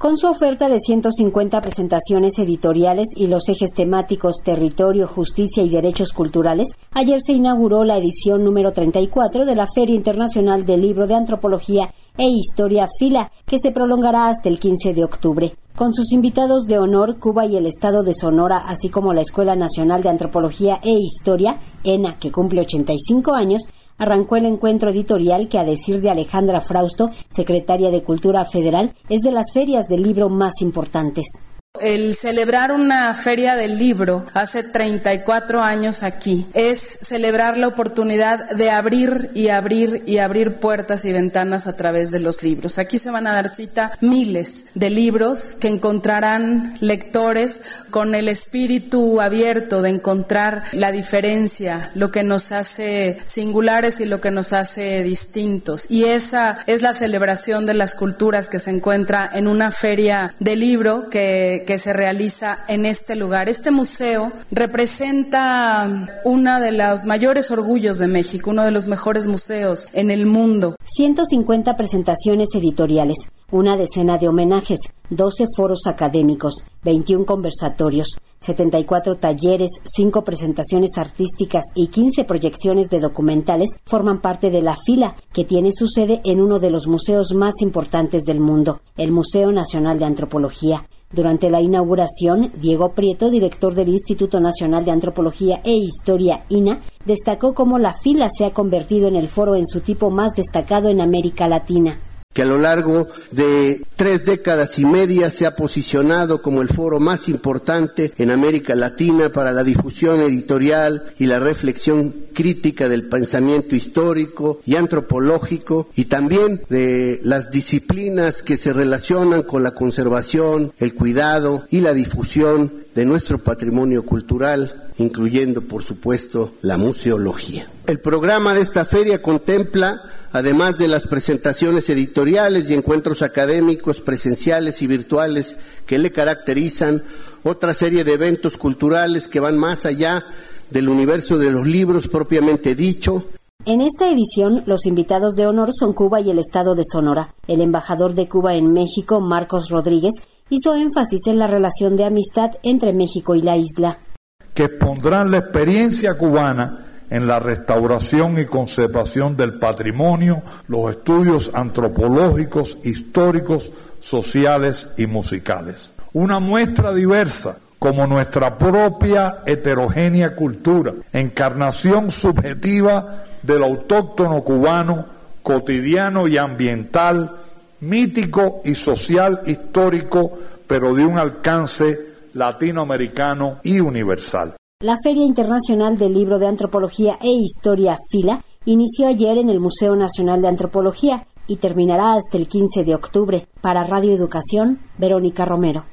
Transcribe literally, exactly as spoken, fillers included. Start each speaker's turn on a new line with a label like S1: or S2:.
S1: Con su oferta de ciento cincuenta presentaciones editoriales y los ejes temáticos territorio, justicia y derechos culturales, ayer se inauguró la edición número treinta y cuatro de la Feria Internacional del Libro de Antropología e Historia FILA, que se prolongará hasta el quince de octubre. Con sus invitados de honor, Cuba y el Estado de Sonora, así como la Escuela Nacional de Antropología e Historia, ENA, que cumple ochenta y cinco años, arrancó el encuentro editorial que, a decir de Alejandra Frausto, secretaria de Cultura Federal, es de las ferias del libro más importantes.
S2: El celebrar una feria del libro hace treinta y cuatro años aquí es celebrar la oportunidad de abrir y abrir y abrir puertas y ventanas a través de los libros. Aquí se van a dar cita miles de libros que encontrarán lectores con el espíritu abierto de encontrar la diferencia, lo que nos hace singulares y lo que nos hace distintos. Y esa es la celebración de las culturas que se encuentra en una feria del libro que que se realiza en este lugar. Este museo representa uno de los mayores orgullos de México, uno de los mejores museos en el mundo.
S1: ciento cincuenta presentaciones editoriales, una decena de homenajes, doce foros académicos, veintiún conversatorios, setenta y cuatro talleres, cinco presentaciones artísticas y quince proyecciones de documentales forman parte de la FILA, que tiene su sede en uno de los museos más importantes del mundo, el Museo Nacional de Antropología. Durante la inauguración, Diego Prieto, director del Instituto Nacional de Antropología e Historia, INA, destacó cómo la FILA se ha convertido en el foro en su tipo más destacado en América Latina.
S3: Que a lo largo de tres décadas y media se ha posicionado como el foro más importante en América Latina para la difusión editorial y la reflexión crítica del pensamiento histórico y antropológico, y también de las disciplinas que se relacionan con la conservación, el cuidado y la difusión de nuestro patrimonio cultural, incluyendo, por supuesto, la museología. El programa de esta feria contempla, además de las presentaciones editoriales y encuentros académicos presenciales y virtuales que le caracterizan, otra serie de eventos culturales que van más allá del universo de los libros propiamente dicho.
S1: En esta edición, los invitados de honor son Cuba y el Estado de Sonora. El embajador de Cuba en México, Marcos Rodríguez, hizo énfasis en la relación de amistad entre México y la isla.
S4: Que expondrán la experiencia cubana en la restauración y conservación del patrimonio, los estudios antropológicos, históricos, sociales y musicales. Una muestra diversa, como nuestra propia heterogénea cultura, encarnación subjetiva del autóctono cubano, cotidiano y ambiental, mítico y social histórico, pero de un alcance latinoamericano y universal.
S1: La Feria Internacional del Libro de Antropología e Historia FILA inició ayer en el Museo Nacional de Antropología y terminará hasta el quince de octubre. Para Radio Educación, Verónica Romero.